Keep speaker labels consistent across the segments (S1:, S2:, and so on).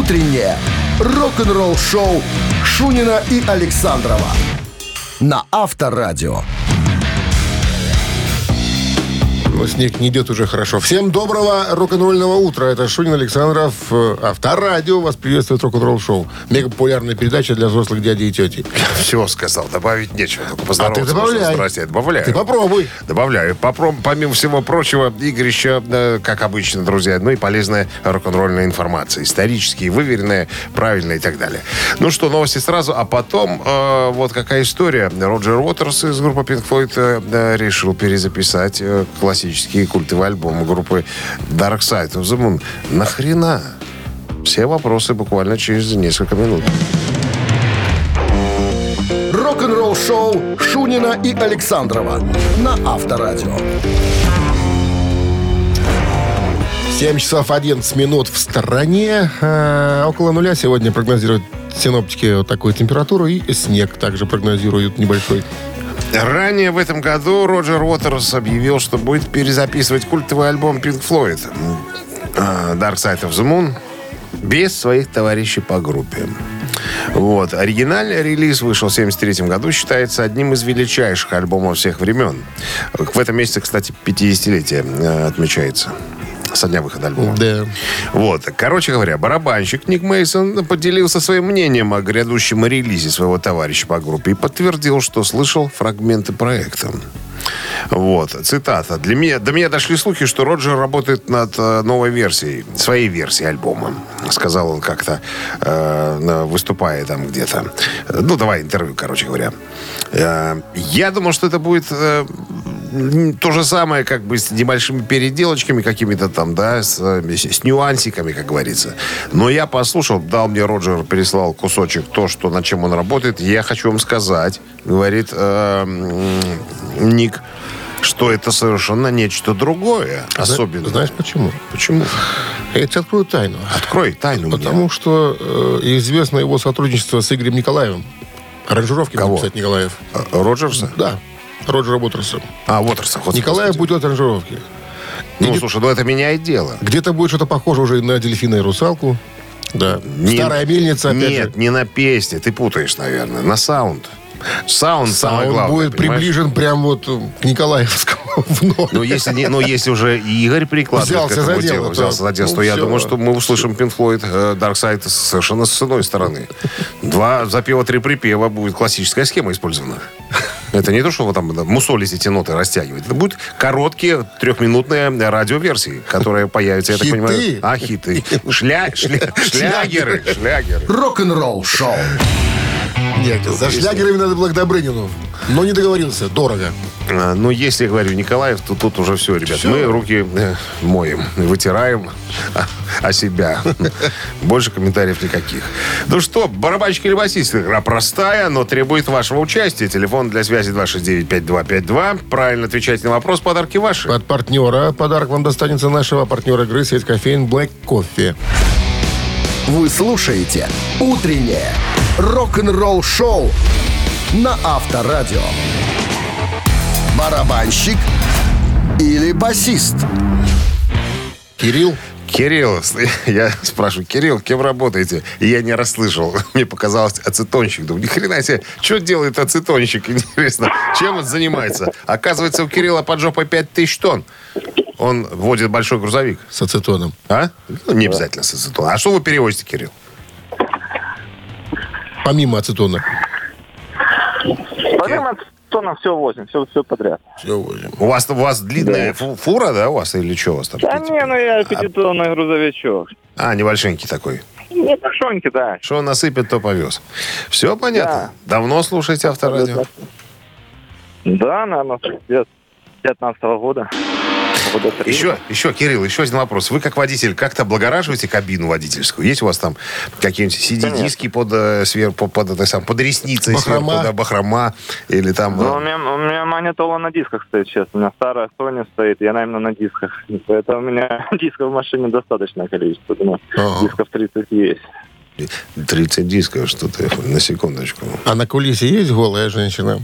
S1: утреннее рок-н-ролл-шоу Шунина и Александрова на Авторадио.
S2: Но снег не идет уже хорошо. Всем доброго рок-н-ролльного утра. Это Шунин, Александров. Авторадио вас приветствует рок-н-ролл шоу. Мега популярная передача для взрослых дядей и тети.
S3: Все сказал, добавить нечего. Только поздороваться.
S2: А ты добавляй.
S3: Здрасте, добавляю.
S2: Ты попробуй.
S3: Добавляю. Помимо всего прочего, Игорища, как обычно, друзья, ну и полезная рок-н-ролльная информация. Исторические, выверенная, правильная и так далее. Ну что, новости сразу. А потом, вот какая история. Роджер Уотерс из группы Pink Floyd решил перезаписать классический культовый альбом группы Dark Side of the Moon. Нахрена? Все вопросы буквально через несколько минут.
S1: Рок-н-ролл-шоу Шунина и Александрова на Авторадио.
S2: 7 часов 11 минут в стороне. Около нуля сегодня прогнозируют синоптики вот такую температуру. И снег также прогнозируют небольшой.
S3: Ранее в этом году Роджер Уотерс объявил, что будет перезаписывать культовый альбом Pink Floyd Dark Side of the Moon без своих товарищей по группе. Вот. Оригинальный релиз вышел в 1973 году, считается одним из величайших альбомов всех времен. В этом месяце, кстати, 50-летие отмечается со дня выхода альбома.
S2: Да.
S3: Вот. Короче говоря, барабанщик Ник Мейсон поделился своим мнением о грядущем релизе своего товарища по группе и подтвердил, что слышал фрагменты проекта. Вот, цитата. До меня дошли слухи, что Роджер работает над новой версией, своей версией альбома. Сказал он как-то, выступая там где-то. Ну, давай интервью, короче говоря. Я думал, что это будет то же самое, как бы с небольшими переделочками какими-то там, да, с нюансиками, как говорится. Но я послушал, дал мне Роджер, переслал кусочек, то, что, над чем он работает. Я хочу вам сказать, говорит Ник, что это совершенно нечто другое. Особенно.
S2: Знаешь почему?
S3: Почему?
S2: Я тебе открою тайну.
S3: Открой тайну.
S2: Потому что известно его сотрудничество с Игорем Николаевым. Аранжировки
S3: Кого?
S2: будет писать Николаев.
S3: Роджерса?
S2: Да. Роджера Уотерса.
S3: Уотерса.
S2: Николаев будет делать аранжировки.
S3: Ну, слушай, это меняет дело.
S2: Где-то будет что-то похоже уже на «Дельфина и русалку». Да. Старая мельница, опять
S3: Нет,
S2: же.
S3: не на песне. Ты путаешь, наверное. На саунд. Саунд самое главное,
S2: будет
S3: понимаешь?
S2: приближен прям вот к Николаевскому вновь.
S3: Если уже Игорь прикладывает к этому делу, взялся за дело, то я думаю, что мы услышим Pink Floyd Dark Side совершенно с иной стороны. 2 запева, 3 припева, будет классическая схема использована. Это не то, что вы там мусолите эти ноты, растягиваете. Это будут короткие 3-минутные радиоверсии, которые появятся, я так понимаю. Хиты. Шлягеры.
S1: Рок-н-ролл-шоу.
S2: Нет, за шлягерами надо было к Добрынину. Но не договорился. Дорого.
S3: Ну, если я говорю Николаев, то тут уже все, ребят.
S2: Все.
S3: Мы руки моем, вытираем о себя. Больше комментариев никаких. Ну что, барабанщик или басист? Игра простая, но требует вашего участия. Телефон для связи 269-5252. Правильно отвечайте на вопрос. Подарки ваши.
S2: От партнера подарок вам достанется нашего партнера игры «Сеть кофеин Black Coffee».
S1: Вы слушаете «Утреннее рок-н-ролл-шоу» на Авторадио. Барабанщик или басист?
S2: Кирилл.
S3: Кирилл, я спрашиваю, Кирилл, кем работаете? И я не расслышал. Мне показалось ацетонщик. Думаю, ни хрена себе, что делает ацетонщик? Интересно, чем он занимается? Оказывается, у Кирилла под жопой 5000 тонн. Он водит большой грузовик.
S2: С ацетоном.
S3: А? Ну, не обязательно с ацетоном. А что вы перевозите, Кирилл?
S2: Помимо ацетона.
S4: Помимо ацетона все возим, все подряд.
S2: Все возим.
S3: У вас длинная фура, да, у вас? Или что у вас там?
S4: Да не, я 5-тонный грузовичок.
S3: Небольшенький такой.
S4: Небольшонький, да.
S3: Что насыпет, то повез. Все понятно?
S4: Да.
S3: Давно слушаете Авторадио?
S4: Да, наверное, с 15 года.
S3: Еще, Кирилл, еще один вопрос. Вы как водитель как-то облагораживаете кабину водительскую? Есть у вас там какие-нибудь CD-диски под ресницей,
S2: Бахрома.
S3: сверху, бахрома? Или там...
S4: Ну, у меня магнитола на дисках стоит сейчас. У меня старая Sony стоит, я, наверное, на дисках. Поэтому у меня дисков в машине достаточное количество. Думаю, дисков 30 есть.
S3: 30 дисков, что-то, на секундочку.
S2: А на кулисе есть голая женщина?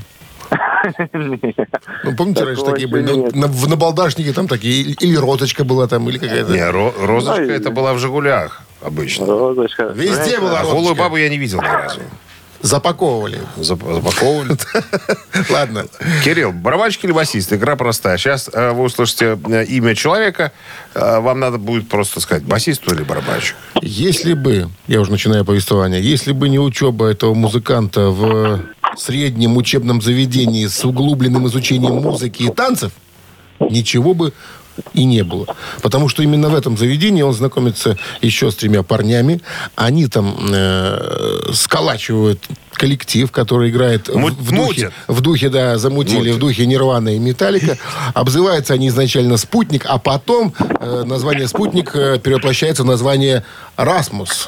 S2: Ну, помните, раньше такие были? В набалдашнике там такие, или розочка была там, или какая-то...
S3: Не, розочка это была в «Жигулях». обычно.
S4: Розочка.
S2: Везде была
S3: А голую
S2: розочка.
S3: бабу я не видел ни разу.
S2: Запаковывали.
S3: Запаковывали.
S2: Ладно.
S3: Кирилл, барабанщик или басист? Игра простая. Сейчас вы услышите имя человека. Вам надо будет просто сказать, басист или барабанщик.
S2: Если бы, я уже начинаю повествование, если бы не учеба этого музыканта в среднем учебном заведении с углубленным изучением музыки и танцев, ничего бы и не было. Потому что именно в этом заведении он знакомится еще с 3 парнями. Они там сколачивают коллектив, который играет в духе, да, замутили, в духе Нирвана и Металлика. Обзываются они изначально «Спутник», а потом название «Спутник» перевоплощается в название «Расмус».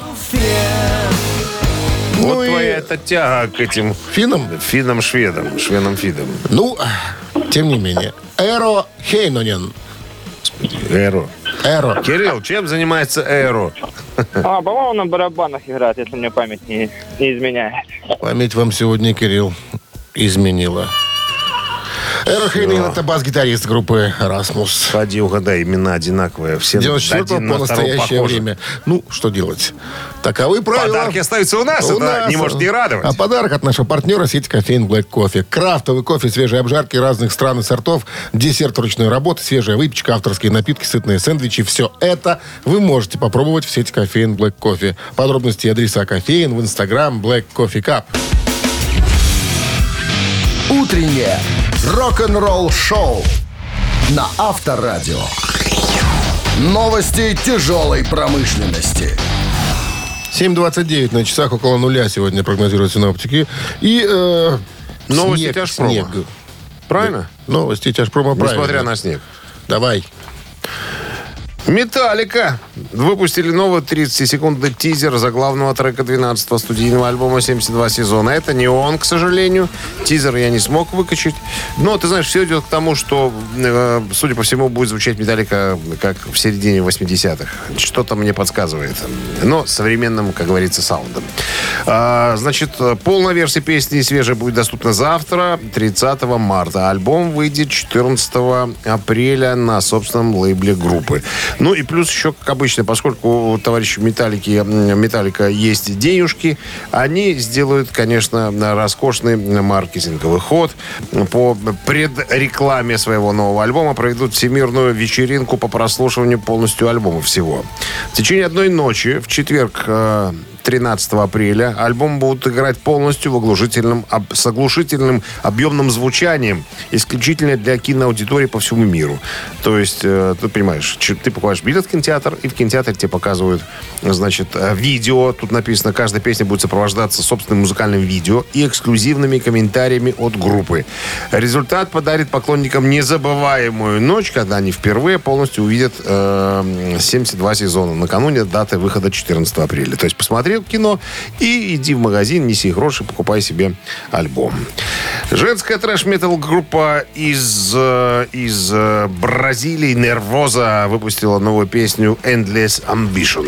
S3: Вот твоя эта тяга к этим
S2: Финном-шведам.
S3: шведам-фидам.
S2: Ну, тем не менее. Эро Хейнонен.
S3: Эро.
S2: Эро.
S3: Кирилл, чем занимается Эро?
S4: По-моему, на барабанах играет, если мне память не изменяет.
S2: Память вам сегодня, Кирилл, изменила. Эро Хейнонен — это бас-гитарист группы «Расмус».
S3: Ходи, угадай, имена одинаковые. Все
S2: 94-го по настоящее время. Ну, что делать? Таковы правила.
S3: Подарки остаются у нас. Это не может не радовать.
S2: А подарок от нашего партнера сети кофеин Black Coffee. Крафтовый кофе, свежие обжарки разных стран и сортов, десерт ручной работы, свежая выпечка, авторские напитки, сытные сэндвичи. Все это вы можете попробовать в сети кофеин Black Coffee. Подробности и адреса кофеин в Instagram Black Coffee Cup.
S1: Утреннее рок-н-ролл-шоу на Авторадио. Новости тяжелой промышленности.
S2: 7:29 на часах, около нуля сегодня прогнозируют синоптики. И
S3: Новости тяжпрома.
S2: снег.
S3: Правильно?
S2: Новости тяжпрома, правильно.
S3: Несмотря на снег.
S2: Давай.
S3: Металлика выпустили новый 30-секундный тизер заглавного трека 12-го студийного альбома «72 сезона». Это не он, к сожалению. Тизер я не смог выкачать. Но, ты знаешь, все идет к тому, что, судя по всему, будет звучать Металлика как в середине 80-х. Что-то мне подсказывает. Но современным, как говорится, саундом. Значит, полная версия песни свежая будет доступна завтра, 30 марта. Альбом выйдет 14 апреля на собственном лейбле группы. Ну и плюс еще, как обычно, поскольку у товарищей Металлика есть денежки, они сделают, конечно, роскошный маркетинговый ход. По предрекламе своего нового альбома проведут всемирную вечеринку по прослушиванию полностью альбома всего. В течение одной ночи, в четверг, 13 апреля, альбом будут играть полностью с оглушительным объемным звучанием, исключительно для киноаудитории по всему миру. То есть, ты понимаешь, ты покупаешь билет в кинотеатр, и в кинотеатре тебе показывают, значит, видео. Тут написано, каждая песня будет сопровождаться собственным музыкальным видео и эксклюзивными комментариями от группы. Результат подарит поклонникам незабываемую ночь, когда они впервые полностью увидят 72 сезона. Накануне даты выхода 14 апреля. То есть, посмотрел кино и иди в магазин, неси гроши, покупай себе альбом. Женская трэш-метал группа из Бразилии Nervosa выпустила новую песню Endless Ambition.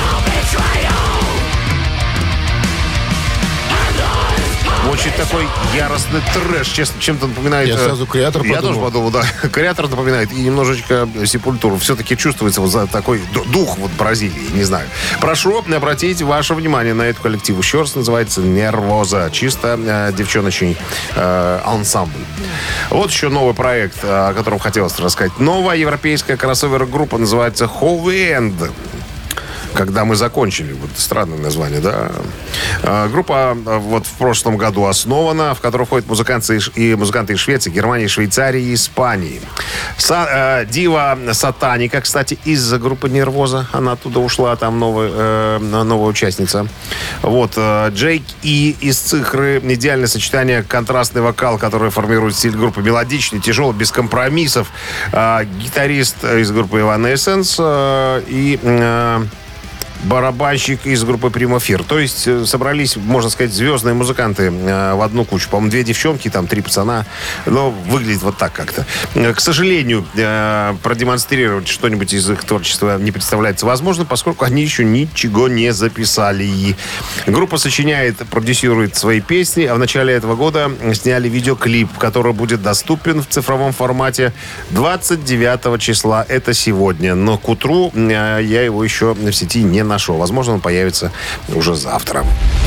S3: Очень такой яростный трэш, честно, чем-то напоминает...
S2: Я сразу Креатор подумал.
S3: Я тоже подумал, да. Креатор напоминает и немножечко Сепультуру. Все-таки чувствуется вот за такой дух вот Бразилии, не знаю. Прошу обратить ваше внимание на этот коллектив. Еще раз, называется Nervosa. Чисто девчоночный ансамбль. Вот еще новый проект, о котором хотелось рассказать. Новая европейская кроссовер-группа называется Holy End. Когда мы закончили. Вот странное название, да. Группа вот в прошлом году основана, в которую входят музыканты из Швеции, Германии, Швейцарии и Испании. Дива Сатаника, кстати, из группы Nervosa. Она оттуда ушла, там новая участница. Вот. Джейк И из Цихры. Идеальное сочетание, контрастный вокал, который формирует стиль группы. Мелодичный, тяжелый, без компромиссов. Гитарист из группы Evanescence и... барабанщик из группы Primo Fear. То есть собрались, можно сказать, звездные музыканты в одну кучу. По-моему, 2 девчонки, там 3 пацана. Но выглядит вот так как-то. К сожалению, продемонстрировать что-нибудь из их творчества не представляется возможным, поскольку они еще ничего не записали. Группа сочиняет, продюсирует свои песни, а в начале этого года сняли видеоклип, который будет доступен в цифровом формате 29 числа. Это сегодня. Но к утру я его еще в сети не на шоу. Возможно, он появится уже завтра.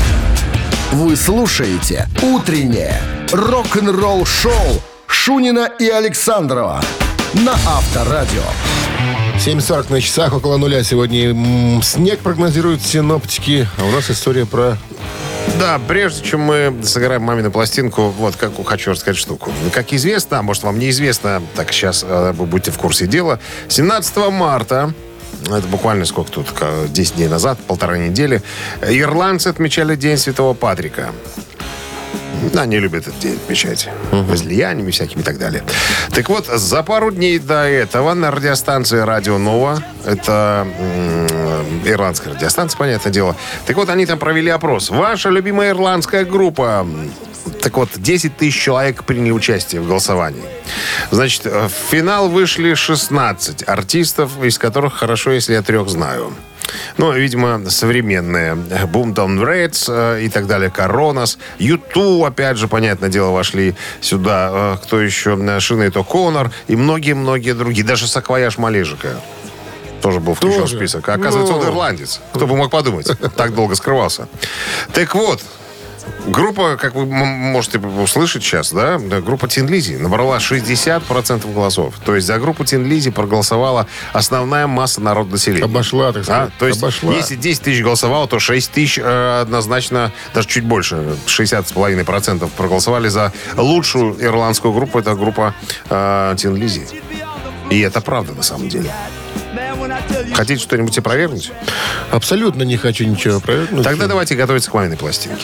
S1: Вы слушаете «Утреннее рок-н-ролл-шоу» Шунина и Александрова на Авторадио.
S2: 7:40 на часах, около нуля. Сегодня снег прогнозируют синоптики. А у нас история про...
S3: Да, прежде чем мы сыграем мамину пластинку, вот как хочу рассказать штуку. Как известно, а может вам неизвестно, так сейчас вы будете в курсе дела, 17 марта, это буквально сколько тут, 10 дней назад, 1,5 недели, ирландцы отмечали День Святого Патрика. Они любят этот день отмечать. Возлияниями всякими и так далее. Так вот, за пару дней до этого на радиостанции «Радио Нова», это ирландская радиостанция, понятное дело, так вот, они там провели опрос. Ваша любимая ирландская группа. Так вот, 10 тысяч человек приняли участие в голосовании. Значит, в финал вышли 16 артистов, из которых хорошо, если я 3 знаю. Ну, видимо, современные. Boomtown Rats и так далее. Коронас. U2, опять же, понятное дело, вошли сюда. Кто еще? Синейд О'Коннор и многие-многие другие. Даже Саквояж Малежика тоже был включен в список. А оказывается, он ирландец. Кто бы мог подумать. Так долго скрывался. Так вот, группа, как вы можете услышать сейчас, да, группа Тин Лиззи набрала 60% голосов. То есть за группу Тин Лиззи проголосовала основная масса народного населения.
S2: Обошла, так сказать.
S3: То есть если 10 тысяч голосовало, то 6 тысяч однозначно, даже чуть больше, 60,5% проголосовали за лучшую ирландскую группу. Это группа Тин Лиззи. И это правда на самом деле. Хотите что-нибудь опровергнуть?
S2: Абсолютно не хочу ничего опровергнуть.
S3: Тогда давайте готовиться к маминой пластинке.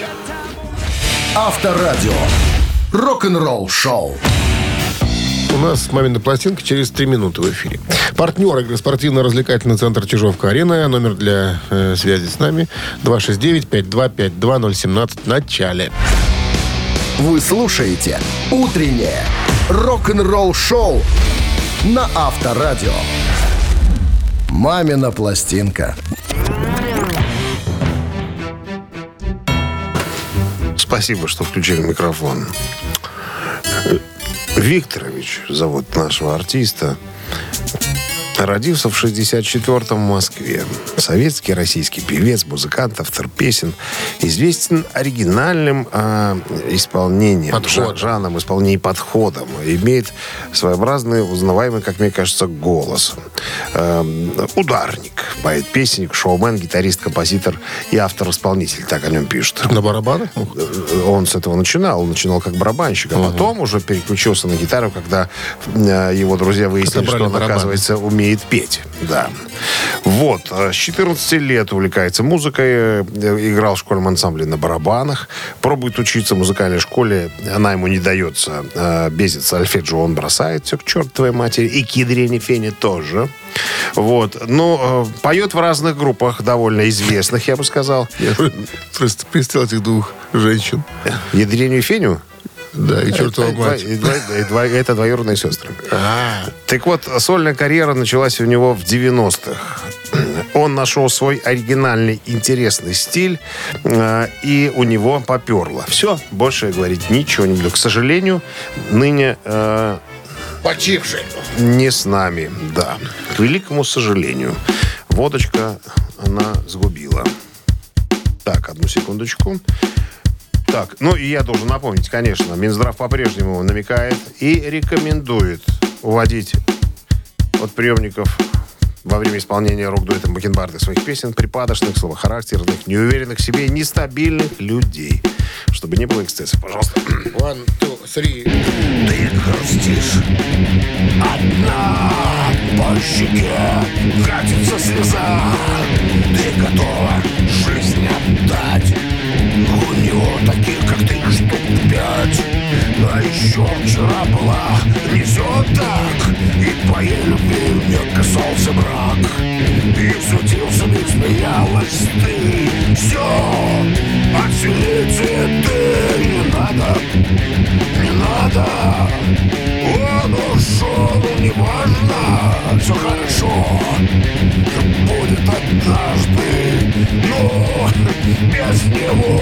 S1: Авторадио. Рок-н-ролл шоу.
S2: У нас мамина пластинка через 3 минуты в эфире. Партнер игры спортивно-развлекательный центр Чижовка-Арена. Номер для связи с нами 269-5252-017 в начале.
S1: Вы слушаете «Утреннее рок-н-ролл шоу» на Авторадио. Мамина пластинка.
S3: Спасибо, что включили микрофон. Викторович зовут нашего артиста. Родился в 1964-м в Москве. Советский российский певец, музыкант, автор песен. Известен оригинальным исполнением, жанром исполнения и подходом. Имеет своеобразный, узнаваемый, как мне кажется, голос. Ударник, поэт-песенник, шоумен, гитарист, композитор и автор-исполнитель. Так о нем пишут.
S2: На барабанах?
S3: Он с этого начинал. Он начинал как барабанщик, а потом уже переключился на гитару, когда его друзья выяснили, что он, оказывается, умеет петь. Да. Вот. С 14 лет увлекается музыкой. Играл в школьном ансамбле на барабанах. Пробует учиться в музыкальной школе. Она ему не дается. Бесит сольфеджио, он бросает все к чертовой матери. И к ядрене фене тоже. Вот. Но поет в разных группах, довольно известных, я бы сказал.
S2: Я просто представил этих 2 женщин.
S3: Ядрене и феню?
S2: Да, и чертова мать.
S3: Это двоюродные сестры. Так вот, сольная карьера началась у него в 90-х. Он нашел свой оригинальный, интересный стиль, и у него поперло. Все, больше я говорить ничего не буду. К сожалению, ныне...
S2: Почивший.
S3: Не с нами, да. К великому сожалению. Водочка она сгубила. Так, одну секундочку. Так, ну и я должен напомнить, конечно, Минздрав по-прежнему намекает и рекомендует уводить от приемников во время исполнения рок-дуэтом Бакенбарды своих песен припадочных, слабохарактерных, неуверенных в себе, нестабильных людей. Чтобы не было эксцессов, пожалуйста.
S2: 1, 2, 3.
S1: Ты грустишь одна, по щеке катится слеза. Ты готова жизнь отдать. У него таких, как ты, штук 5. А еще вчера была не все так. И твоей любви не касался брак. И сутился, не смеялась ты. Все, отсели цветы. Не надо, не надо. Он ушел, неважно. Все хорошо, будет однажды. Но без него.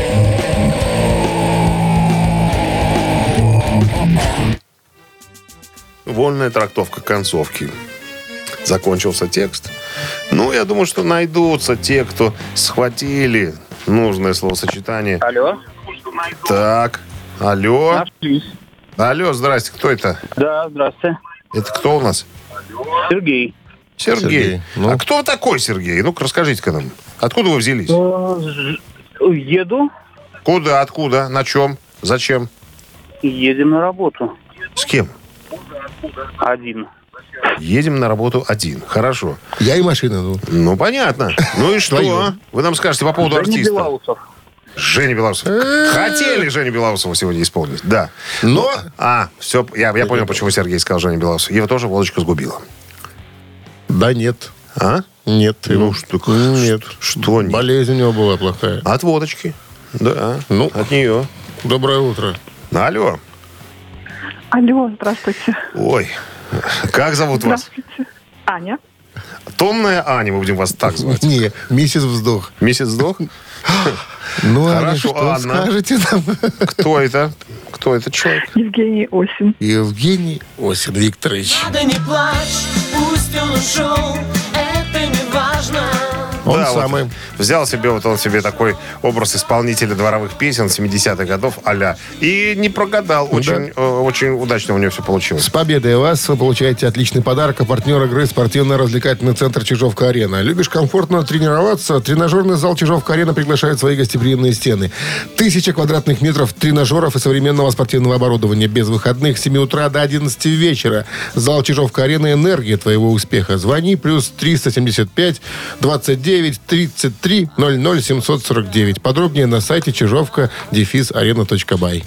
S3: Вольная трактовка концовки. Закончился текст. Ну, я думаю, что найдутся те, кто схватили нужное словосочетание.
S4: Алло.
S3: Так, алло.
S4: Нашлись.
S3: Алло, здрасте, кто это?
S4: Да, здравствуйте.
S3: Это кто у нас?
S4: Сергей.
S3: Сергей.
S2: Ну.
S3: А кто такой Сергей? Ну-ка, расскажите-ка нам. Откуда вы взялись?
S4: Еду.
S3: Куда, откуда, на чем, зачем?
S4: Едем на работу.
S3: С кем?
S4: Один.
S3: Едем на работу один. Хорошо.
S2: Я и машина.
S3: Ну, понятно. Ну и что?
S2: Твою.
S3: Вы нам скажете по поводу
S4: Женя
S3: артиста.
S4: Белоусов.
S3: Женя Белоусов. Хотели Женю Белоусова сегодня исполнить, да.
S2: Но...
S3: Все, я понял, почему Сергей сказал Женя Белоусов. Его тоже водочка сгубила.
S2: Да нет.
S3: А?
S2: Нет.
S3: Ну,
S2: его...
S3: что,
S2: Нет.
S3: Что нет?
S2: Болезнь у него была плохая.
S3: От водочки. Да,
S2: Ну.
S3: от нее.
S2: Доброе утро.
S3: Алло.
S5: Алло, здравствуйте.
S3: Ой, как зовут вас?
S5: Здравствуйте. Аня.
S3: Томная Аня, мы будем вас так звать.
S2: Не, миссис Вздох.
S3: Месяц сдох?
S2: Ну, Аня,
S3: Хорошо,
S2: что
S3: Анна.
S2: скажете нам?
S3: Кто это? Кто этот человек?
S5: Евгений Осин.
S2: Евгений Осин Викторович.
S6: Да не плачь, пусть он ушел, это не важно.
S2: Он
S3: Да,
S2: самый.
S3: вот взял себе, вот он себе такой образ исполнителя дворовых песен 70-х годов а-ля. И не прогадал. Очень, очень удачно у него все получилось.
S2: С победой вас вы получаете отличный подарок. А партнер игры спортивно-развлекательный центр «Чижовка-арена». Любишь комфортно тренироваться? Тренажерный зал «Чижовка-арена» приглашает в свои гостеприимные стены. 1000 квадратных метров тренажеров и современного спортивного оборудования. Без выходных с 7 утра до 11 вечера. Зал «Чижовка-арена» – энергия твоего успеха. Звони плюс 375 29 33 00 749. Подробнее на сайте чижовка-арена.бай.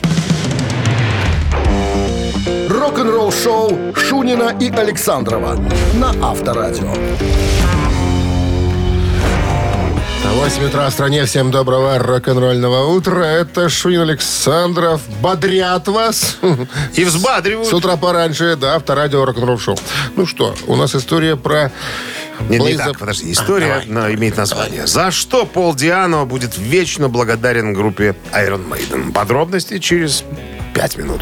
S1: Рок-н-ролл-шоу Шунина и Александрова на Авторадио.
S2: 8 утра в стране. Всем доброго рок-н-ролльного утра. Это Шунин Александров. Бодрят вас.
S3: И взбадривают.
S2: С утра пораньше, да, Авторадио рок-н-ролл шоу. Ну что, у нас история про...
S3: Не
S2: Блейза-
S3: так, подожди. История имеет название. За что Пол Диано будет вечно благодарен группе Iron Maiden? Подробности через 5 минут.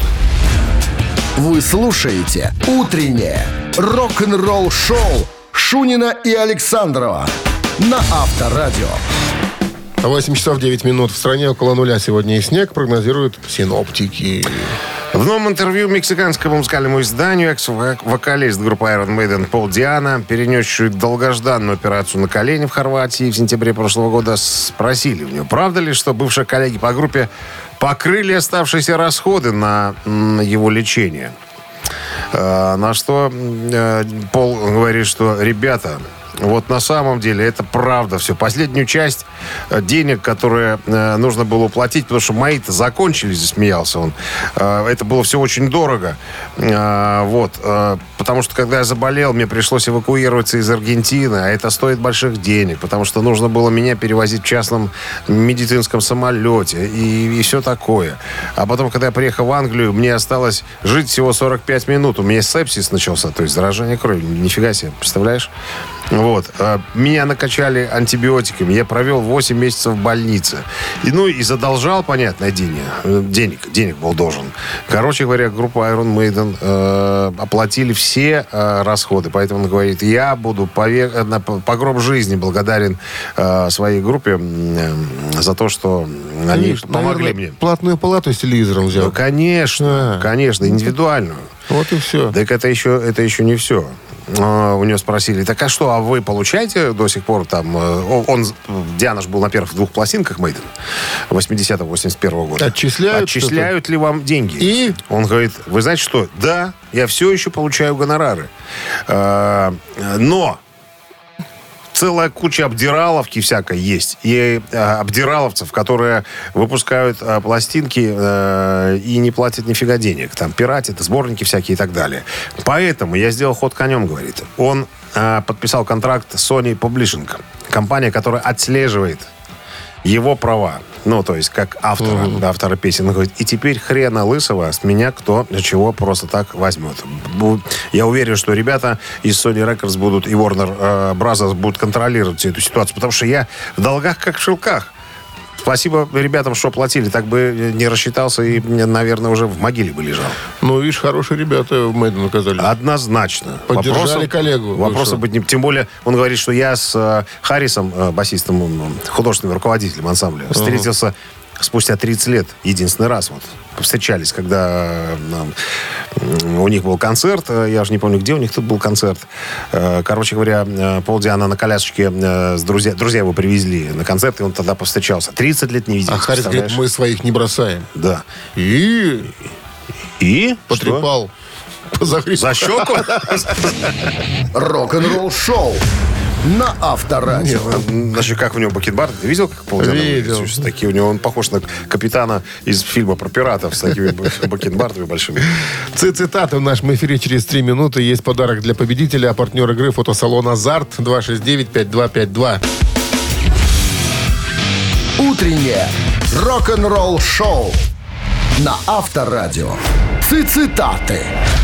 S1: Вы слушаете «Утреннее рок-н-ролл-шоу» Шунина и Александрова на Авторадио.
S2: 8 часов 9 минут. В стране около нуля сегодня и снег, прогнозируют синоптики.
S3: В новом интервью мексиканскому музыкальному изданию экс-вокалист группы Iron Maiden Пол Диано, перенесший долгожданную операцию на колени в Хорватии в сентябре прошлого года, спросили у него, правда ли, что бывшие коллеги по группе покрыли оставшиеся расходы на его лечение. На что Пол говорит, что ребята... Вот на самом деле это правда все. Последнюю часть денег, которые нужно было уплатить, потому что мои-то закончились, засмеялся он. Это было все очень дорого. Потому что когда я заболел, мне пришлось эвакуироваться из Аргентины, а это стоит больших денег, потому что нужно было меня перевозить в частном медицинском самолете и все такое. А потом, когда я приехал в Англию, мне осталось жить всего 45 минут. У меня сепсис начался, то есть заражение крови. Нифига себе, представляешь? Меня накачали антибиотиками. Я провел 8 месяцев в больнице. И задолжал, понятное, денег был должен. Короче говоря, группа Iron Maiden оплатили все расходы. Поэтому он говорит, я буду по гроб жизни благодарен своей группе за то, что они помогли мне.
S2: Платную палату с телевизором взял.
S3: Ну, конечно, индивидуальную.
S2: Вот и все.
S3: Так это еще не все. У него спросили, так а что, а вы получаете до сих пор там... Диана же был на первых 2 пластинках Мейден 80-81 года. Отчисляют ли вам деньги?
S2: И?
S3: Он говорит, вы знаете что? Да, я все еще получаю гонорары. Но целая куча обдираловки всякой есть. И обдираловцев, которые выпускают пластинки и не платят нифига денег. Там пиратят, сборники всякие и так далее. Поэтому я сделал ход конем, говорит. Он подписал контракт с Sony Publishing. Компания, которая отслеживает его права. Ну, то есть, как автора песен. Он говорит, и теперь хрена лысого с меня кто чего просто так возьмет. Я уверен, что ребята из Sony Records будут и Warner Brothers будут контролировать эту ситуацию, потому что я в долгах как в шелках. Спасибо ребятам, что платили. Так бы не рассчитался и, наверное, уже в могиле бы лежал.
S2: Ну, видишь, хорошие ребята в Мэйден оказались.
S3: Однозначно.
S2: Поддержали коллегу.
S3: Вопросов быть не... Тем более, он говорит, что я с Харрисом, басистом, художественным руководителем ансамбля, встретился спустя 30 лет. Единственный раз вот. Встречались, когда у них был концерт. Я уже не помню, где у них тут был концерт. Короче говоря, Пол Диана на колясочке с друзья его привезли на концерт, и он тогда повстречался. 30 лет не виделись.
S2: А Харрис говорит, мы своих не бросаем.
S3: Да.
S2: И потрепал по загривку.
S3: За щеку?
S1: Рок-н-ролл шоу на Авторадио.
S3: Значит, как у него бакенбарды? Ты видел, как Пол Диана?
S2: Видел.
S3: Такие у него, он похож на капитана из фильма про пиратов с такими бакенбардами большими.
S2: Цитаты в нашем эфире через 3 минуты. Есть подарок для победителя. А партнер игры фотосалон «Азарт» 269-5252.
S1: Утреннее рок-н-ролл шоу на Авторадио. Цитаты.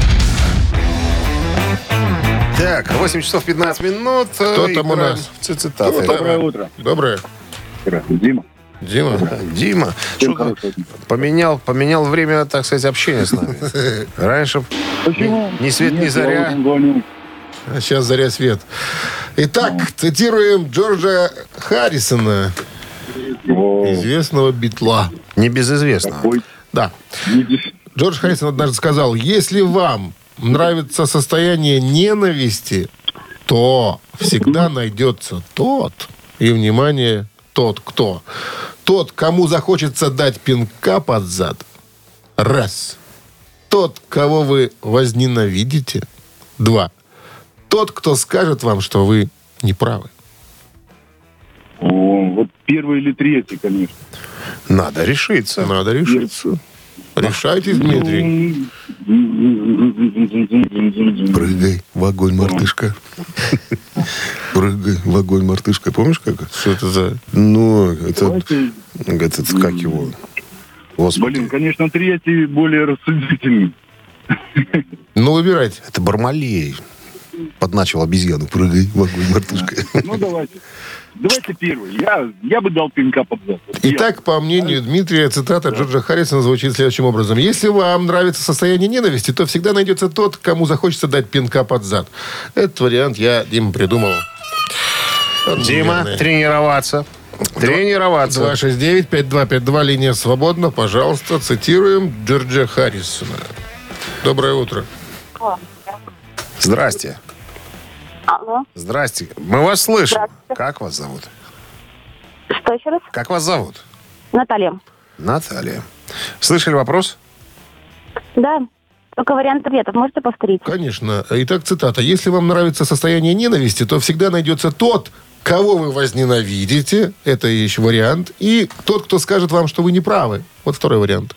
S3: Так, 8 часов 15 минут.
S2: Кто там у нас?
S3: Цитаты.
S7: Доброе утро.
S2: Доброе.
S7: Дима.
S3: Дима. Что поменял время, так сказать, общения с нами. Раньше ни свет, ни заря.
S2: А сейчас заря свет. Итак, цитируем Джорджа Харрисона, известного битла.
S3: Небезызвестного.
S2: Да. Джордж Харрисон однажды сказал, если вам нравится состояние ненависти, то всегда найдется тот, и, внимание, тот кто? Тот, кому захочется дать пинка под зад. Раз. Тот, кого вы возненавидите. Два. Тот, кто скажет вам, что вы не правы.
S7: Вот первый или третий, конечно.
S3: Надо решиться.
S2: Надо решиться. Решайте, Дмитрий.
S3: Прыгай в огонь, мартышка. Прыгай в огонь, мартышка. Помнишь, как?
S2: Что это за...
S3: Ну, это как его? Господи.
S7: Блин, конечно, третий более рассудительный.
S2: Ну, выбирайте.
S3: Это Бармалей. Подначил обезьяну. Прыгай в огонь, мартышка.
S7: Ну, давайте. Давайте первый. Я бы дал пинка под зад.
S2: Итак, по мнению Дмитрия, цитата Джорджа Харрисона звучит следующим образом. Если вам нравится состояние ненависти, то всегда найдется тот, кому захочется дать пинка под зад. Этот вариант я, Дима, придумал.
S3: Дима, тренироваться.
S2: 269-5252, линия свободна. Пожалуйста, цитируем Джорджа Харрисона. Доброе утро.
S3: Здрасте.
S8: Алло.
S3: Здрасте. Мы вас слышим.
S8: Здравствуйте.
S3: Как вас зовут?
S8: Что еще раз?
S3: Как вас зовут?
S8: Наталья.
S3: Наталья. Слышали вопрос?
S8: Да. Только вариант ответов. Можете повторить?
S2: Конечно. Итак, цитата. Если вам нравится состояние ненависти, то всегда найдется тот, кого вы возненавидите. Это еще вариант. И тот, кто скажет вам, что вы не правы. Вот второй вариант.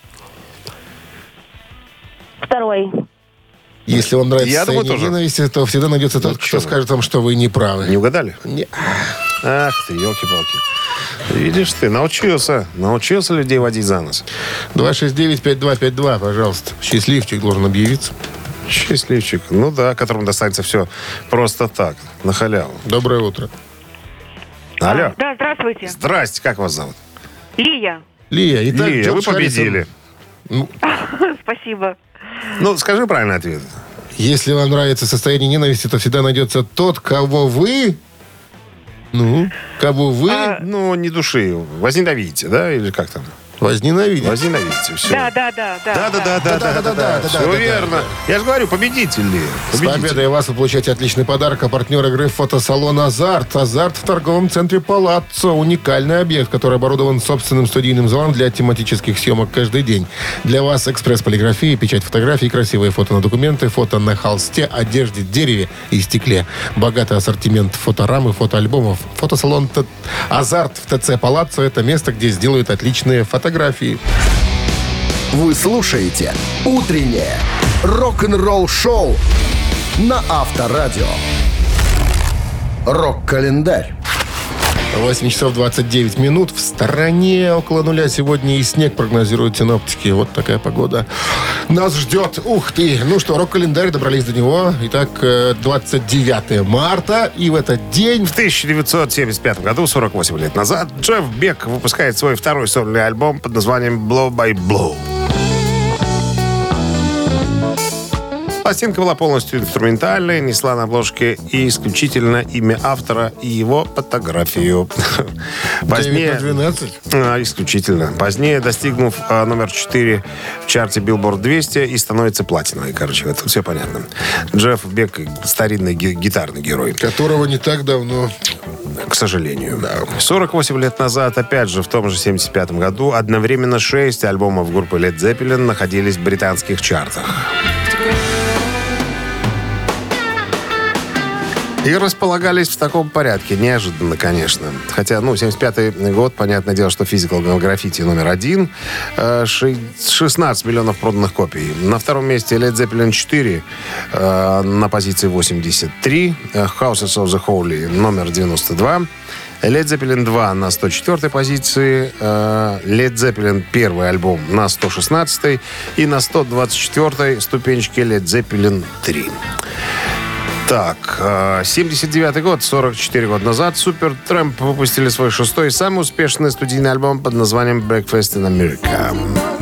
S8: Второй.
S2: Если вам нравится
S3: Я думаю,
S2: состояние
S3: тоже.
S2: ненависти, то всегда найдется тот, кто скажет вам, что вы не правы.
S3: Не угадали?
S2: Не.
S3: Ах ты, елки-палки. Видишь ты, научился людей водить за нос.
S2: 269-5252, пожалуйста. Счастливчик должен объявиться.
S3: Счастливчик. Ну да, которому достанется все просто так, на халяву.
S2: Доброе утро.
S3: Алло.
S9: Да, здравствуйте.
S3: Здрасте, как вас зовут?
S9: Лия.
S2: Лия, итак,
S3: Лия, вы
S2: Джордж
S3: победили.
S2: Харрисон.
S9: Спасибо.
S3: Ну, скажи правильный ответ.
S2: Если вам нравится состояние ненависти, то всегда найдется тот, кого вы... Ну, кого вы
S3: Ну, не души. Возненавидите, да? Или как там?
S2: возненавидите.
S3: Возненавидите, все.
S9: Да.
S3: Да. Все верно. Я же говорю, победитель Лия.
S2: С победой вас вы получаете отличный подарок. А партнер игры фотосалон «Азарт». «Азарт» в торговом центре «Палаццо». Уникальный объект, который оборудован собственным студийным залом для тематических съемок каждый день. Для вас экспресс-полиграфия, печать фотографий, красивые фото на документы, фото на холсте, одежде, дереве и стекле. Богатый ассортимент фоторам и фотоальбомов. Фотосалон «Азарт» в ТЦ «Палаццо» — это место, где сделают отличные фотографии.
S1: Вы слушаете «Утреннее рок-н-ролл-шоу» на Авторадио. Рок-календарь.
S2: 8 часов 29 минут. В стороне около нуля сегодня и снег прогнозируют синоптики. Вот такая погода нас ждет. Ух ты! Ну что, рок-календарь, добрались до него. Итак, 29 марта. И в этот день...
S3: В 1975 году, 48 лет назад, Джефф Бек выпускает свой второй сольный альбом под названием «Blow by Blow». Пластинка была полностью инструментальной, несла на обложке и исключительно имя автора и его фотографию. Позднее,
S2: 12?
S3: Исключительно. Позднее, достигнув номер 4 в чарте Billboard 200 и становится платиновой. Короче, это все понятно. Джефф Бек — старинный гитарный герой.
S2: Которого не так давно...
S3: К сожалению. Да. 48 лет назад, опять же, в том же 75 году, одновременно 6 альбомов группы Led Zeppelin находились в британских чартах. И располагались в таком порядке. Неожиданно, конечно. Хотя, 75-й год, понятное дело, что Physical Graffiti номер 1. 16 миллионов проданных копий. На втором месте Led Zeppelin 4 на позиции 83. Houses of the Holy номер 92. Led Zeppelin 2 на 104-й позиции. Led Zeppelin первый альбом на 116-й. И на 124-й ступенечке Led Zeppelin 3. Так, 79-й год, 44 года назад, Supertramp выпустили свой шестой и самый успешный студийный альбом под названием Breakfast in America.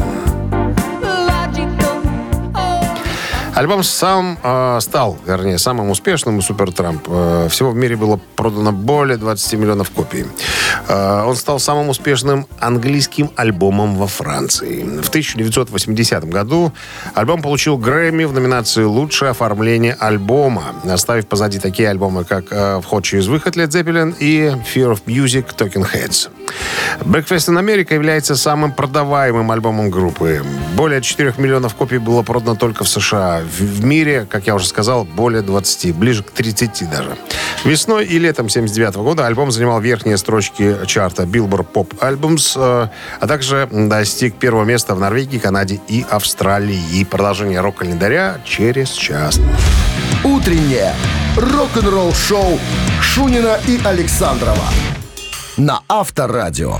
S3: Альбом стал самым успешным у Supertramp. Всего в мире было продано более 20 миллионов копий. Он стал самым успешным английским альбомом во Франции. В 1980 году альбом получил Грэмми в номинации «Лучшее оформление альбома», оставив позади такие альбомы, как «Вход через выход» Led Zeppelin и «Fear of Music» Talking Heads. Breakfast in America является самым продаваемым альбомом группы. Более 4 миллионов копий было продано только в США. В мире, как я уже сказал, более 20, ближе к 30 даже. Весной и летом 1979 года альбом занимал верхние строчки чарта Billboard Pop Albums, а также достиг первого места в Норвегии, Канаде и Австралии. Продолжение рок-календаря через час.
S1: Утреннее рок-н-ролл-шоу Шунина и Александрова на Авторадио.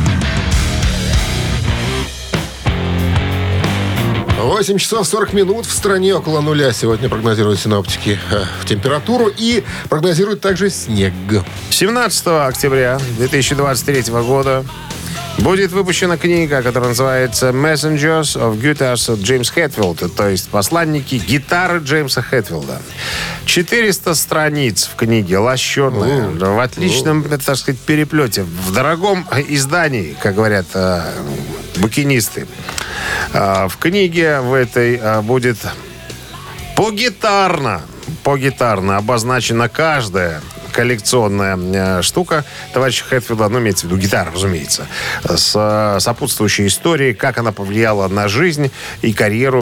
S2: 8 часов 40 минут. В стране около нуля сегодня прогнозируют синоптики температуру и прогнозируют также снег.
S3: 17 октября 2023 года будет выпущена книга, которая называется «Messengers of Guitars» от Джеймса Хэтфилда, то есть «Посланники гитары» Джеймса Хэтфилда. 400 страниц в книге, лощеная, в отличном, так сказать, переплете, в дорогом издании, как говорят букинисты. В книге в этой будет попгитарно обозначена каждая коллекционная штука товарища Хэтфилда, имеется в виду гитара, разумеется, с сопутствующей историей, как она повлияла на жизнь и карьеру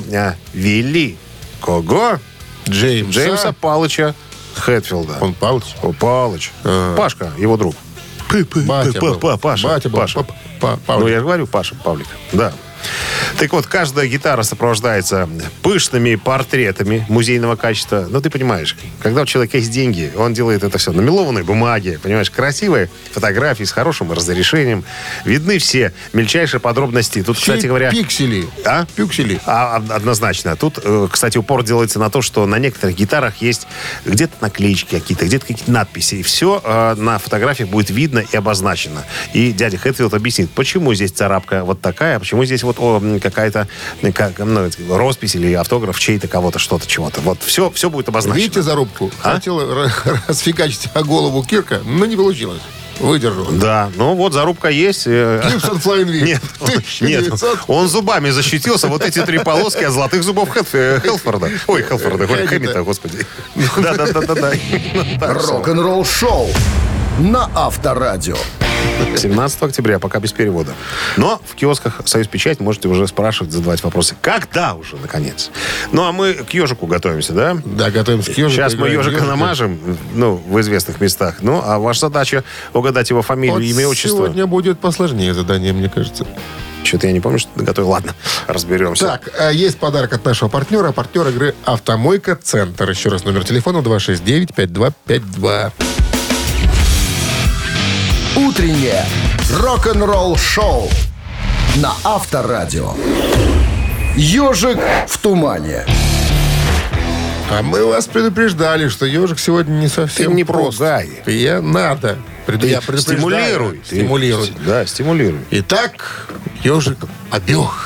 S3: Кого? Джеймса Палыча Хэтфилда.
S2: Он Палыч?
S3: Палыч. Пашка, его друг. Паша. Ну, я же говорю, Паша, Павлик. Да. Так вот, каждая гитара сопровождается пышными портретами музейного качества. Ну, ты понимаешь, когда у человека есть деньги, он делает это все на мелованной бумаге. Понимаешь, красивые фотографии с хорошим разрешением. Видны все мельчайшие подробности. Тут, кстати говоря...
S2: Пиксели.
S3: А?
S2: Пиксели.
S3: Однозначно. Тут, кстати, упор делается на то, что на некоторых гитарах есть где-то наклеечки какие-то, где-то какие-то надписи. И все на фотографиях будет видно и обозначено. И дядя Хэтфилд объяснит, почему здесь царапка вот такая, а почему здесь вот какая-то роспись или автограф чей-то, кого-то, что-то, чего-то. Вот все будет обозначено.
S2: Видите зарубку? Хотел расфигачить о голову Кирка, но не получилось. Выдержал.
S3: Да, вот зарубка есть.
S2: Гибсон Flying V.
S3: Нет, он зубами защитился. Вот эти 3 полоски от золотых зубов Хелфорда. Ой, Хэммита, господи. Да.
S1: Рок-н-ролл шоу на Авторадио.
S3: 17 октября, пока без перевода. Но в киосках «Союз Печать» можете уже спрашивать, задавать вопросы. Когда уже, наконец? Ну, а мы к ежику готовимся, да?
S2: Да, готовимся к ежику.
S3: Сейчас мы ежика намажем, в известных местах. Ну, а ваша задача угадать его фамилию, имя и отчество.
S2: Сегодня будет посложнее задание, мне кажется.
S3: Что-то я не помню, что ты готовил. Ладно, разберемся.
S2: Так, есть подарок от нашего партнера. Партнер игры «Автомойка Центр». Еще раз номер телефона 269-5252.
S1: Утреннее рок-н-ролл-шоу на Авторадио. «Ежик в тумане».
S2: А мы вас предупреждали, что ежик сегодня не совсем
S3: Ты не
S2: прост.
S3: пугай.
S2: Я надо. Я
S3: Стимулируй.
S2: Стимулируй.
S3: Да, стимулируй.
S2: Итак, ежик обег.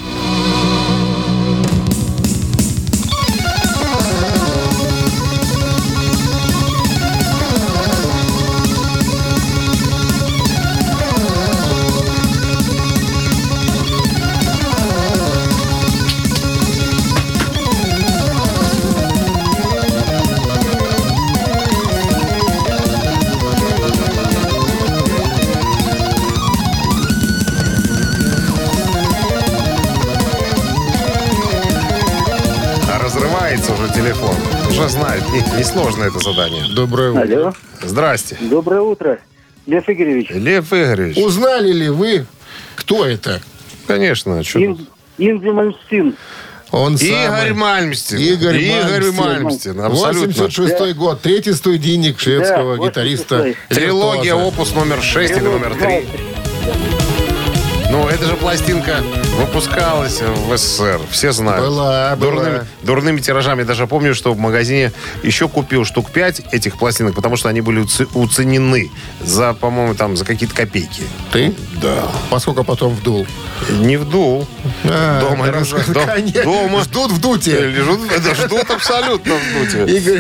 S3: Уже телефон. Уже знает. Несложно это задание.
S2: Доброе утро.
S9: Алло.
S3: Здрасте.
S9: Доброе утро, Лев Игоревич.
S3: Лев Игоревич.
S2: Узнали ли вы, кто это?
S3: Конечно.
S9: Инзи Мальмстин.
S2: Он
S3: Игорь
S2: самый.
S3: Мальмстин.
S2: Игорь
S3: Мальмстин. Абсолютно.
S2: 86-й год. Третий студийник шведского гитариста.
S3: Трилогия,
S2: виртуоза.
S3: опус номер 6 или номер 3. Ну, эта же пластинка выпускалась в СССР. Все знают.
S2: Была.
S3: Дурными тиражами. Даже помню, что в магазине еще купил штук 5 этих пластинок, потому что они были уценены за, по-моему, там за какие-то копейки.
S2: Ты?
S3: Да.
S2: Поскольку потом вдул.
S3: Не вдул. Дома.
S2: Конечно.
S3: Дома.
S2: Ждут в дуте.
S3: Ждут абсолютно в дуте.
S2: Игорь...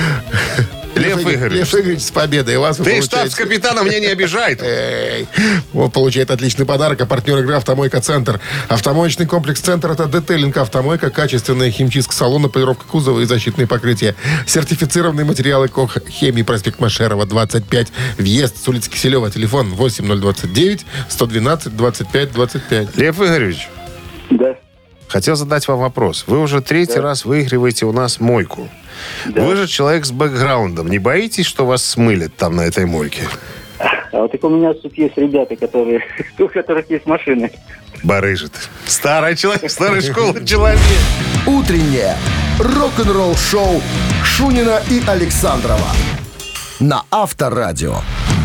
S3: Лев Игоревич.
S2: Лев Игоревич, с победой вас.
S3: Ты штабс-капитана меня не обижает.
S2: Он получает отличный подарок. А партнер игры «Автомойка Центр». Автомоечный комплекс «Центр» — это детейлинг «Автомойка», качественная химчистка салона, полировка кузова и защитные покрытия. Сертифицированные материалы КОХ «Хемии», проспект Машерова, 25. Въезд с улицы Киселева. Телефон 8029 112 25 25.
S3: Лев Игоревич.
S9: Да.
S3: Хотел задать вам вопрос. Вы уже третий раз выигрываете у нас мойку. Да. Вы же человек с бэкграундом. Не боитесь, что вас смылят там на этой мойке?
S9: А вот так у меня тут есть ребята, у которых есть машины.
S3: Барыжит. Старый человек, старой школы человек.
S1: Утреннее рок-н-ролл-шоу Шунина и Александрова на Авторадио.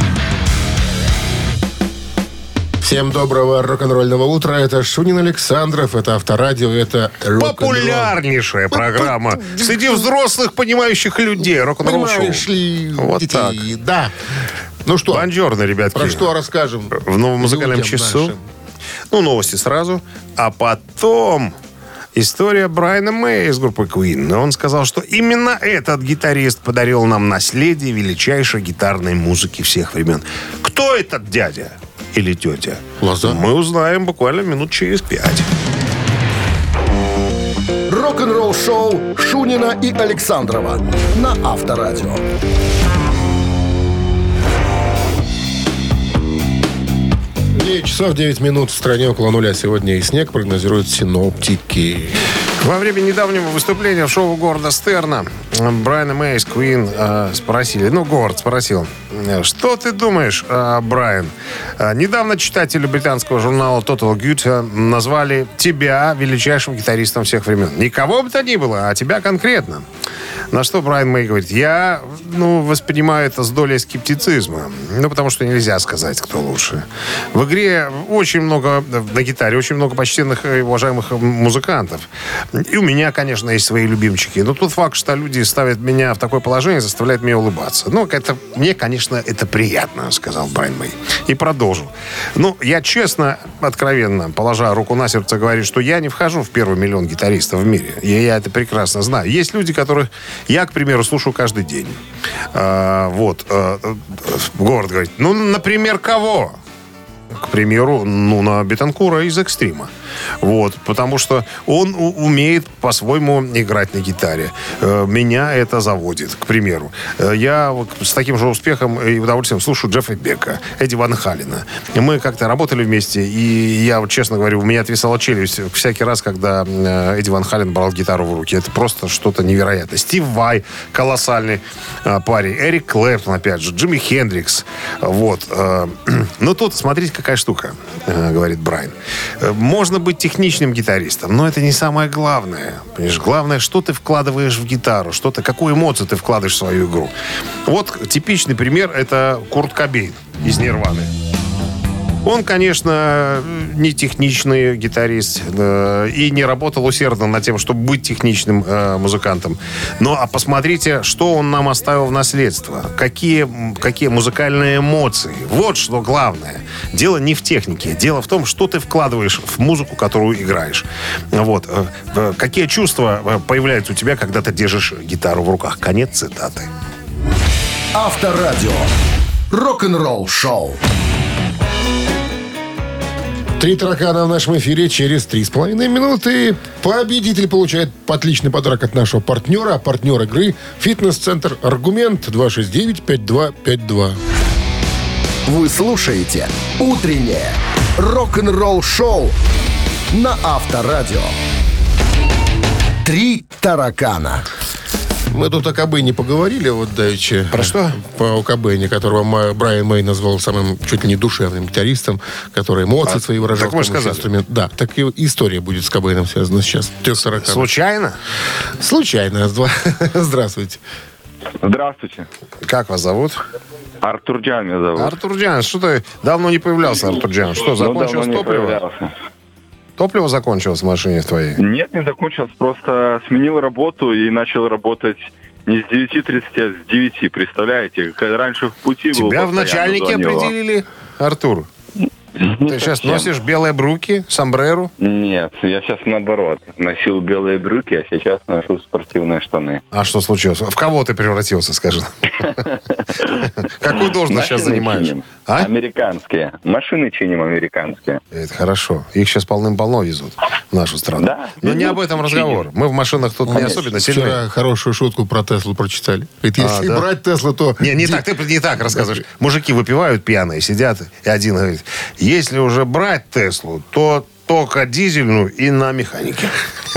S2: Всем доброго рок-н-ролльного утра. Это Шунин Александров, это Авторадио, это рок-н-ролл.
S3: Популярнейшая программа среди взрослых, понимающих людей. Рок-н-ролл шоу.
S2: Понимаешь ли,
S3: вот
S2: детей.
S3: так.
S2: Да. Ну что?
S3: Бонжорно, ребятки.
S2: Про что расскажем?
S3: В новом музыкальном часу.
S2: Нашим.
S3: Ну, новости сразу. А потом история Брайана Мэя из группы Queen. Он сказал, что именно этот гитарист подарил нам наследие величайшей гитарной музыки всех времен. Кто этот дядя? Или тетя?
S2: Лоза.
S3: Мы узнаем буквально минут через 5.
S1: Рок-н-ролл-шоу Шунина и Александрова на Авторадио.
S2: 9 часов 9 минут в стране около нуля. Сегодня и снег прогнозируют синоптики.
S3: Во время недавнего выступления в шоу Говарда Стерна Брайана Мэя из Queen спросили, Говард спросил, что ты думаешь, Брайан? Недавно читатели британского журнала Total Good назвали тебя величайшим гитаристом всех времен. Никого бы то ни было, а тебя конкретно. На что Брайан Мэй говорит, я воспринимаю это с долей скептицизма. Потому что нельзя сказать, кто лучше. В игре очень много, на гитаре, очень много почтенных и уважаемых музыкантов. И у меня, конечно, есть свои любимчики. Но тот факт, что люди ставят меня в такое положение, заставляет меня улыбаться. Мне, конечно, это приятно, сказал Брайан Мэй. И продолжил. Я честно, откровенно, положа руку на сердце, говорю, что я не вхожу в первый миллион гитаристов в мире. И я это прекрасно знаю. Есть люди, которых я, к примеру, слушаю каждый день. Говард говорит, например, кого? К примеру, на Бетанкура из «Экстрима». Потому что он умеет по-своему играть на гитаре. Меня это заводит, к примеру. Я с таким же успехом и удовольствием слушаю Джеффа Бека, Эдди Ван Халлена. Мы как-то работали вместе, и я, честно говорю, у меня отвисала челюсть всякий раз, когда Эдди Ван Халлен брал гитару в руки. Это просто что-то невероятное. Стив Vai, колоссальный парень. Эрик Клэптон, опять же. Джимми Хендрикс. Но тут, смотрите, какая штука, говорит Брайан. Можно быть техничным гитаристом, но это не самое главное. Понимаешь, главное, что ты вкладываешь в гитару, какую эмоцию ты вкладываешь в свою игру. Вот типичный пример — это Курт Кобейн из «Нирваны». Он, конечно, не техничный гитарист и не работал усердно над тем, чтобы быть техничным музыкантом. А посмотрите, что он нам оставил в наследство. Какие музыкальные эмоции. Вот что главное. Дело не в технике. Дело в том, что ты вкладываешь в музыку, которую играешь. Вот. Какие чувства появляются у тебя, когда ты держишь гитару в руках. Конец цитаты.
S1: Авторадио. Рок-н-ролл шоу.
S2: 3 таракана в нашем эфире через 3,5 минуты. Победитель получает отличный подарок от нашего партнера. Партнер игры «Фитнес-центр Аргумент» 269-5252.
S1: Вы слушаете «Утреннее рок-н-ролл-шоу» на Авторадио. 3 таракана.
S2: Мы тут о Кобейне поговорили вот давеча.
S3: Про что?
S2: О Кобейне, которого Брайан Мэй назвал самым чуть ли не душевным гитаристом, который эмоции свои выражал.
S3: Так мы же сказали.
S2: Да, так и история будет с Кобейном связана сейчас. 3 таракана.
S3: Случайно?
S2: Случайно. Здравствуйте.
S7: Здравствуйте.
S3: Как вас зовут?
S7: Артурджан меня зовут.
S3: Артурджан. Что ты давно не появлялся, Артурджан? Что, закончилось топливо? Топливо закончилось в машине в твоей?
S7: Нет, не закончилось. Просто сменил работу и начал работать не с 9:30, а с 9. Представляете? Когда раньше в пути был.
S3: Тебя в начальники определили, Артур? Ты сейчас носишь белые брюки, сомбреру?
S10: Нет, я сейчас наоборот. Носил белые брюки, а сейчас ношу спортивные штаны.
S3: А что случилось? В кого ты превратился, скажи? Какую должность сейчас занимаешь?
S10: Американские. Машины чиним американские.
S3: Это хорошо. Их сейчас полным-полно везут в нашу страну.
S10: Да.
S3: Но не об этом разговор. Мы в машинах тут не особенно сильны.
S2: Вчера хорошую шутку про Теслу прочитали. Говорит, если брать Теслу, то...
S3: Не так, ты не так рассказываешь. Мужики выпивают пьяные, сидят, и один говорит, если уже брать Теслу, то только дизельную и на механике.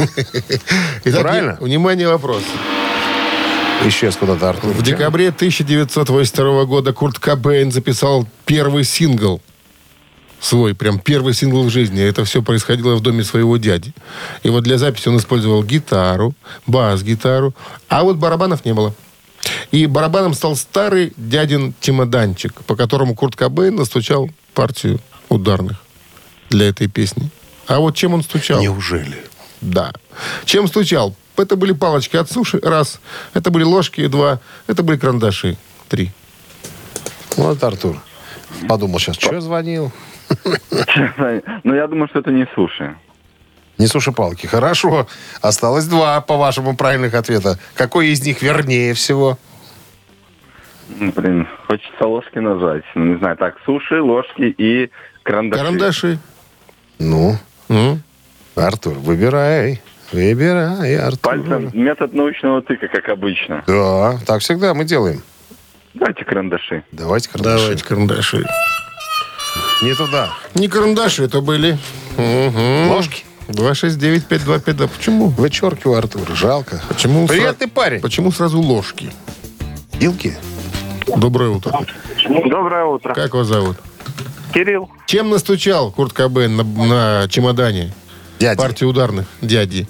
S2: Итак,
S3: правильно?
S2: Внимание, вопрос.
S3: Исчез куда-то Артур.
S2: В декабре 1982 года Курт Кобейн записал первый сингл. Свой, прям первый сингл в жизни. Это все происходило в доме своего дяди. И вот для записи он использовал гитару, бас-гитару, а вот барабанов не было. И барабаном стал старый дядин чемоданчик, по которому Курт Кобейн настучал партию ударных для этой песни. А вот чем он стучал?
S3: Неужели?
S2: Да. Чем стучал? Это были палочки от суши, раз. Это были ложки, два. Это были карандаши, 3.
S3: Вот Артур подумал сейчас, что я звонил?
S10: Ну, я думаю, что это не суши.
S3: Не суши-палки. Хорошо. Осталось 2, по-вашему, правильных ответа. Какой из них вернее всего?
S10: Блин, хочется ложки назвать. Ну, не знаю, так, суши, ложки и карандаши.
S2: Карандаши.
S3: Ну? Артур, выбирай. Выбирай, Артур.
S10: Пальцем метод научного тыка, как обычно.
S3: Да, так всегда мы делаем.
S10: Давайте карандаши.
S3: Давайте карандаши. Не туда.
S2: Не карандаши, это были...
S3: Ложки.
S2: 269-5252. Почему?
S3: Вычеркиваю, Артур. Жалко.
S2: Почему
S3: Приятный парень.
S2: Почему сразу ложки?
S3: Вилки?
S2: Доброе утро.
S4: Доброе утро.
S2: Как вас зовут?
S4: Кирилл.
S2: Чем настучал Курт Кобейн на чемодане?
S3: Дяди.
S2: Партии ударных. Дяди.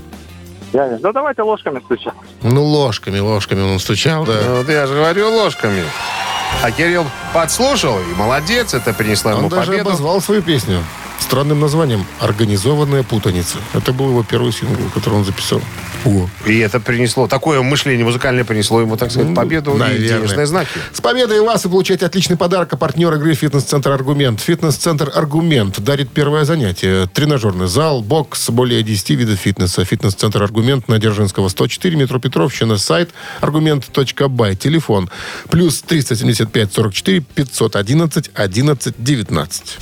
S4: Да давайте ложками стучать.
S2: Ну, ложками он стучал, да.
S3: Вот я же говорю, ложками. А Кирилл подслушал, и молодец, это принесло ему
S2: Он даже
S3: победу.
S2: обозвал свою песню странным названием «Организованная путаница». Это был его первый сингл, который он записал. О.
S3: И это принесло, такое мышление музыкальное принесло ему, так сказать, победу и денежные знаки.
S2: С победой вас вы получаете отличный подарок, а партнер игры «Фитнес-центр Аргумент». «Фитнес-центр Аргумент» дарит первое занятие. Тренажерный зал, бокс, более 10 видов фитнеса. «Фитнес-центр Аргумент» на Дзержинского, 104, метро Петровщина, сайт argument.by. Телефон плюс 375 44 511 11 19.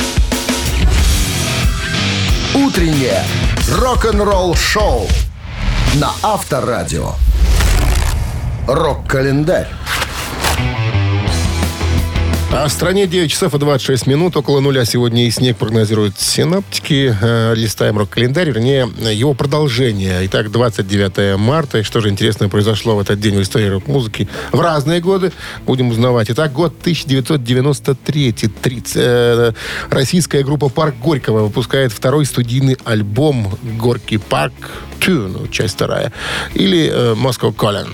S1: Утреннее рок-н-ролл-шоу на Авторадио. Рок-календарь.
S2: А в стране 9 часов и 26 минут. Около нуля сегодня и снег прогнозируют синоптики. Листаем рок-календарь, вернее, его продолжение. Итак, 29 марта. И что же интересное произошло в этот день в истории рок-музыки? В разные годы будем узнавать. Итак, год 1993. Российская группа «Парк Горького» выпускает второй студийный альбом «Горький парк 2», ну, часть вторая. Или «Moscow Calling».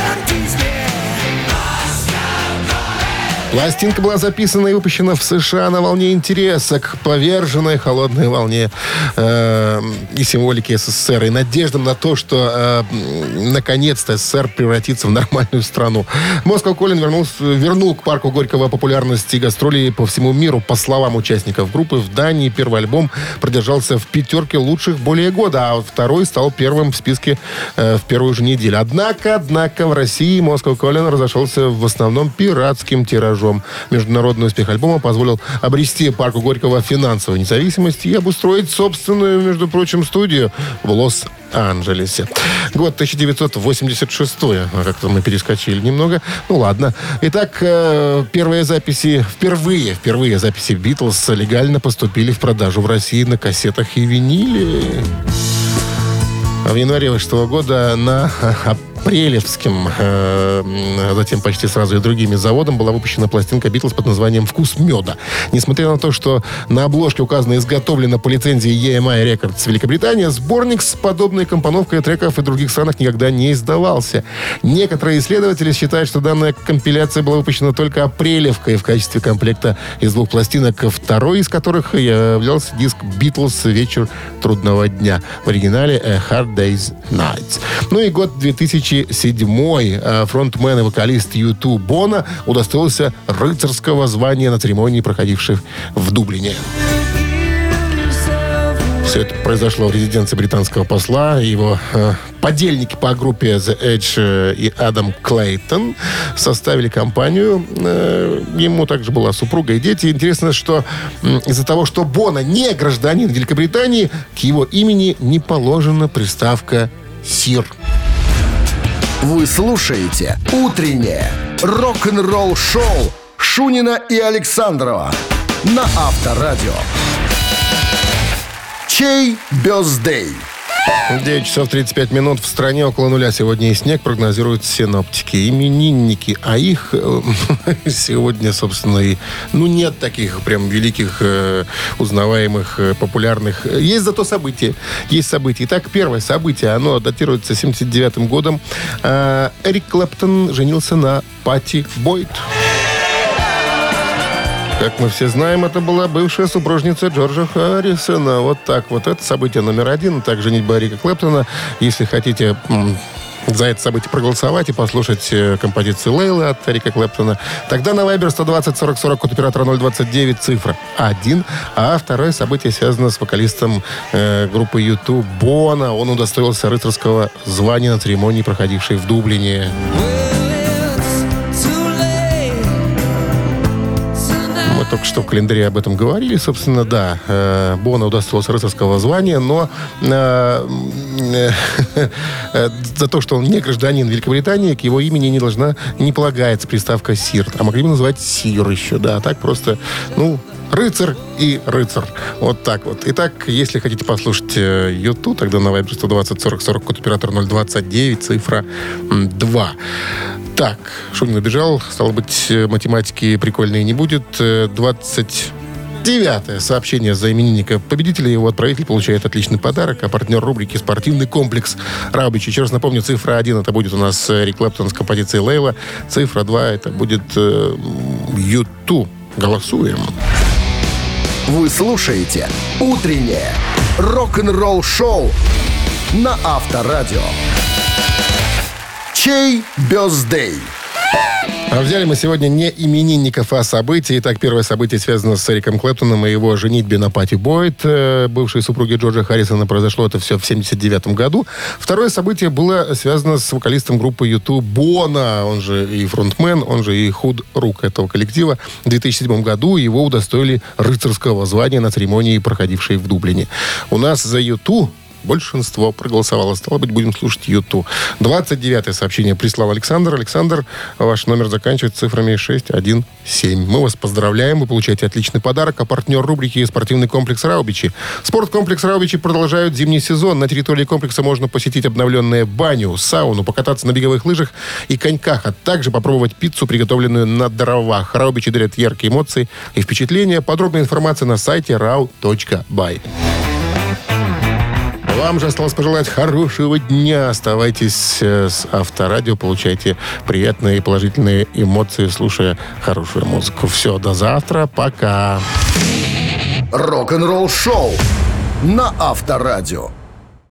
S2: Пластинка была записана и выпущена в США на волне интереса к поверженной холодной волне и символике СССР, и надеждам на то, что наконец-то СССР превратится в нормальную страну. Moscow Calling вернул к парку Горького популярность и гастроли по всему миру. По словам участников группы, в Дании первый альбом продержался в 5 лучших более года, а второй стал первым в списке в первую же неделю. Однако в России Moscow Calling разошелся в основном пиратским тиражом. Международный успех альбома позволил обрести парку Горького финансовую независимость и обустроить собственную, между прочим, студию в Лос-Анджелесе. Год 1986. Как-то мы перескочили немного. Ну ладно. Итак, впервые записи «Битлз» легально поступили в продажу в России на кассетах и виниле. В январе 2006 года на Апрелевским, затем почти сразу и другими заводом была выпущена пластинка «Битлз» под названием «Вкус меда». Несмотря на то, что на обложке указано «изготовлено по лицензии EMI Records Великобритания», сборник с подобной компоновкой треков в других странах никогда не издавался. Некоторые исследователи считают, что данная компиляция была выпущена только Апрелевкой в качестве комплекта из 2 пластинок, второй из которых являлся диск «Битлз. Вечер трудного дня». В оригинале «A Hard Day's Night». Ну и год 2007. Фронтмен и вокалист U2 Бона удостоился рыцарского звания на церемонии, проходившей в Дублине. Все это произошло в резиденции британского посла. Его подельники по группе The Edge и Адам Клейтон составили компанию. Ему также была супруга и дети. Интересно, что из-за того, что Бона не гражданин Великобритании, к его имени не положена приставка «Сир».
S1: Вы слушаете «Утреннее рок-н-ролл-шоу» Шунина и Александрова на Авторадио. Чей бёздей?
S2: 9 часов 35 минут. В стране около нуля сегодня и снег, прогнозируют синоптики. Именинники, а их сегодня, собственно, и нет таких прям великих, узнаваемых, популярных. Есть зато события. Есть события. Итак, первое событие, оно датируется 79-м годом. Эрик Клэптон женился на Патти Бойд. Как мы все знаем, это была бывшая супружница Джорджа Харрисона. Вот так вот. Это событие номер 1. Так, женитьба Эрика Клэптона. Если хотите за это событие проголосовать и послушать композицию «Лейлы» от Эрика Клэптона, тогда на Viber 120-40-40, код оператора 029, цифра 1. А второе событие связано с вокалистом группы U2 Бона. Он удостоился рыцарского звания на церемонии, проходившей в Дублине. Мы только что в календаре об этом говорили. Собственно, да, Бона удостоился рыцарского звания, но за то, что он не гражданин Великобритании, к его имени не полагается приставка «Сир». А могли бы назвать «Сир» еще, да. Так просто, рыцарь и рыцарь. Вот так вот. Итак, если хотите послушать U2, тогда на Viber 120-40-40, код оператор 029, цифра 2. Так, Шунин набежал. Стало быть, математики прикольной не будет. 29-е сообщение за именинника победителя. Его отправитель получает отличный подарок. А партнер рубрики «Спортивный комплекс Раубич». Еще раз напомню, цифра 1 это будет у нас Эрик Клэптон с композицией «Лейла». Цифра 2 это будет U2. Голосуем.
S1: Вы слушаете «Утреннее рок-н-ролл-шоу» на Авторадио. Чей бёздей?
S2: А взяли мы сегодня не именинников, а события. Итак, первое событие связано с Эриком Клэптоном и его женитьбе на Патти Бойд, бывшей супруги Джорджа Харрисона. Произошло это все в 79 году. Второе событие было связано с вокалистом группы U2 Бона, он же и фронтмен, он же и худ-рук этого коллектива. В 2007 году его удостоили рыцарского звания на церемонии, проходившей в Дублине. У нас за U2 большинство проголосовало. Стало быть, будем слушать Юту. 29-е сообщение прислал Александр. Александр, ваш номер заканчивается цифрами 617. Мы вас поздравляем. Вы получаете отличный подарок. А партнер рубрики «Спортивный комплекс Раубичи». Спорткомплекс Раубичи продолжают зимний сезон. На территории комплекса можно посетить обновленную баню, сауну, покататься на беговых лыжах и коньках, а также попробовать пиццу, приготовленную на дровах. Раубичи дарят яркие эмоции и впечатления. Подробная информация на сайте rau.by. Вам же осталось пожелать хорошего дня. Оставайтесь с Авторадио, получайте приятные и положительные эмоции, слушая хорошую музыку. Все, до завтра, пока.
S1: Рок-н-ролл шоу на Авторадио.